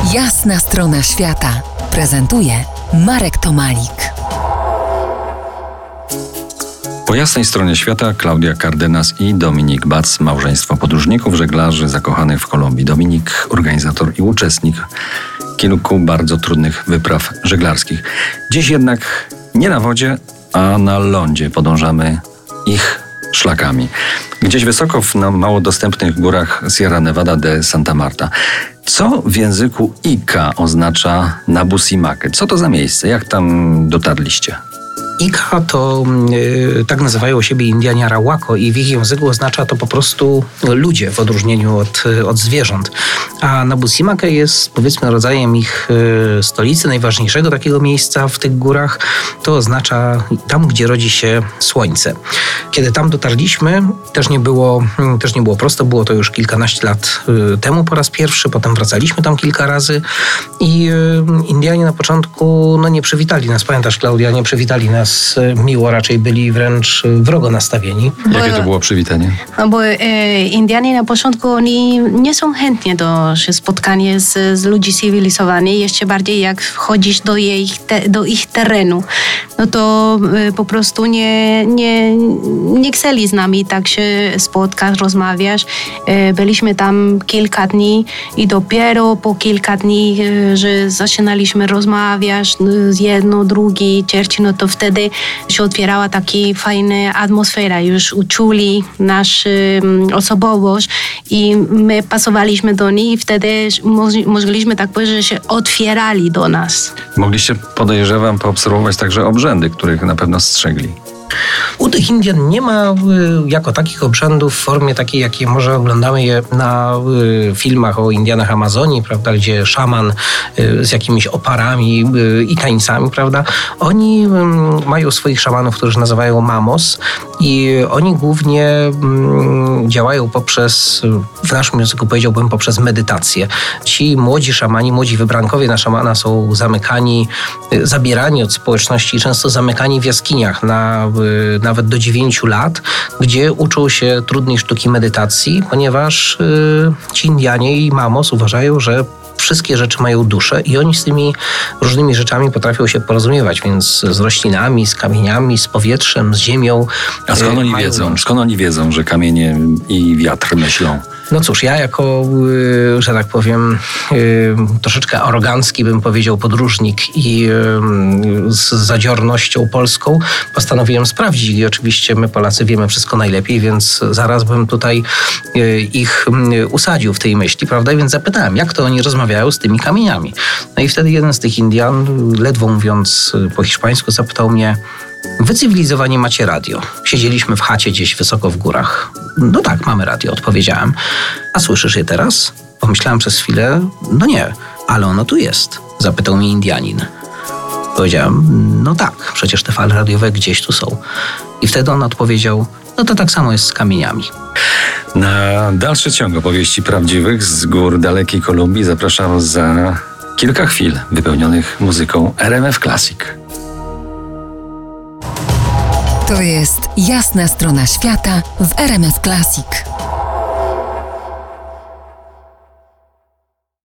Jasna strona świata prezentuje Marek Tomalik. Po jasnej stronie świata Klaudia Cardenas i Dominik Bac, małżeństwo podróżników, żeglarzy zakochanych w Kolumbii. Dominik, organizator i uczestnik kilku bardzo trudnych wypraw żeglarskich. Dziś jednak nie na wodzie, a na lądzie podążamy ich szlakami. Gdzieś wysoko w mało dostępnych górach Sierra Nevada de Santa Marta. Co w języku Ika oznacza Nabusimaque? Co to za miejsce? Jak tam dotarliście? Ika to tak nazywają siebie Indianie Arawako i w ich języku oznacza to po prostu ludzie w odróżnieniu od zwierząt. A Nabusimaque jest, powiedzmy, rodzajem ich stolicy, najważniejszego takiego miejsca w tych górach. To oznacza tam, gdzie rodzi się słońce. Kiedy tam dotarliśmy, też nie było prosto, było to już kilkanaście lat temu po raz pierwszy, potem wracaliśmy tam kilka razy i Indianie na początku nie przywitali nas. Pamiętasz, Klaudia, nie przywitali nas miło, raczej byli wręcz wrogo nastawieni. Jakie to było przywitanie? Bo Indianie na początku oni nie są chętni do spotkania z ludźmi cywilizowanymi, jeszcze bardziej jak wchodzisz do ich terenu. No to po prostu nie chcieli z nami tak się spotkać, rozmawiać. Byliśmy tam kilka dni i dopiero po kilka dni, że zaczynaliśmy rozmawiać z jedną, drugi, trzeci, no to wtedy się otwierała taka fajna atmosfera. Już uczuli naszą osobowość i my pasowaliśmy do nich i wtedy mogliśmy tak powiedzieć, że się otwierali do nas. Mogliście, podejrzewam, poobserwować także obrzędy, których na pewno strzegli. U tych Indian nie ma jako takich obrzędów w formie takiej, jakie może oglądamy je na filmach o Indianach Amazonii, prawda, gdzie szaman z jakimiś oparami i tańcami, prawda. Oni mają swoich szamanów, których nazywają mamos i oni głównie działają poprzez, w naszym języku powiedziałbym, poprzez medytację. Ci młodzi szamani, młodzi wybrankowie na szamana są zamykani, zabierani od społeczności, często zamykani w jaskiniach nawet do 9 lat, gdzie uczą się trudnej sztuki medytacji, ponieważ ci Indianie i mamos uważają, że wszystkie rzeczy mają duszę i oni z tymi różnymi rzeczami potrafią się porozumiewać, więc z roślinami, z kamieniami, z powietrzem, z ziemią. A skąd oni wiedzą, że kamienie i wiatr myślą? No cóż, ja jako, że tak powiem, troszeczkę arogancki bym powiedział podróżnik i z zadziornością polską postanowiłem sprawdzić i oczywiście my Polacy wiemy wszystko najlepiej, więc zaraz bym tutaj ich usadził w tej myśli, prawda? Więc zapytałem, jak to oni rozmawiają z tymi kamieniami. No i wtedy jeden z tych Indian, ledwo mówiąc po hiszpańsku, zapytał mnie: wy cywilizowani macie radio. Siedzieliśmy w chacie gdzieś wysoko w górach. No tak, mamy radio, odpowiedziałem. A słyszysz je teraz? Pomyślałem przez chwilę, no nie, ale ono tu jest. Zapytał mnie Indianin. Powiedziałem, no tak, przecież te fale radiowe gdzieś tu są. I wtedy on odpowiedział, no to tak samo jest z kamieniami. Na dalszy ciąg opowieści prawdziwych z gór dalekiej Kolumbii zapraszam za kilka chwil wypełnionych muzyką RMF Classic. To jest Jasna strona świata w RMF Classic.